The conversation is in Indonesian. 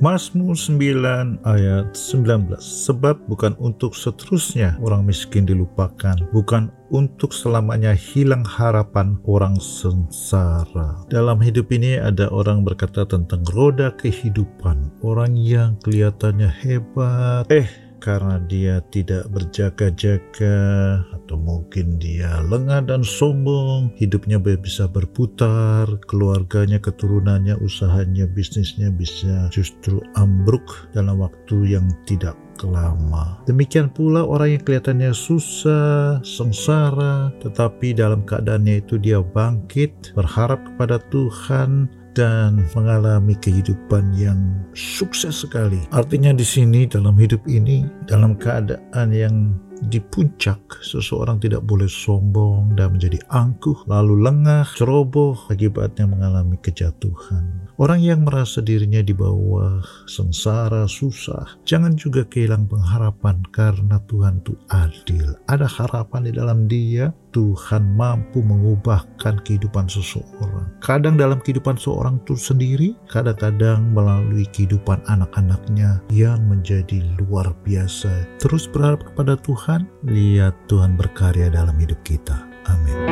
Mazmur 9 ayat 19. Sebab bukan untuk seterusnya orang miskin dilupakan, bukan untuk selamanya hilang harapan orang sengsara. Dalam hidup ini ada orang berkata tentang roda kehidupan, orang yang kelihatannya hebat, karena dia tidak berjaga-jaga atau mungkin dia lengah dan sombong, hidupnya bisa berputar, keluarganya, keturunannya, usahanya, bisnisnya bisa justru ambruk dalam waktu yang tidak lama. Demikian pula orang yang kelihatannya susah, sengsara, tetapi dalam keadaannya itu dia bangkit, berharap kepada Tuhan, dan mengalami kehidupan yang sukses sekali. Artinya di sini dalam hidup ini, dalam keadaan yang di puncak, seseorang tidak boleh sombong dan menjadi angkuh, lalu lengah, ceroboh, akibatnya mengalami kejatuhan. Orang yang merasa dirinya di bawah, sengsara, susah, jangan juga kehilangan pengharapan karena Tuhan itu adil. Ada harapan di dalam Dia. Tuhan mampu mengubahkan kehidupan seseorang. Kadang dalam kehidupan seorang itu sendiri, kadang-kadang melalui kehidupan anak-anaknya yang menjadi luar biasa. Terus berharap kepada Tuhan, lihat Tuhan berkarya dalam hidup kita. Amin.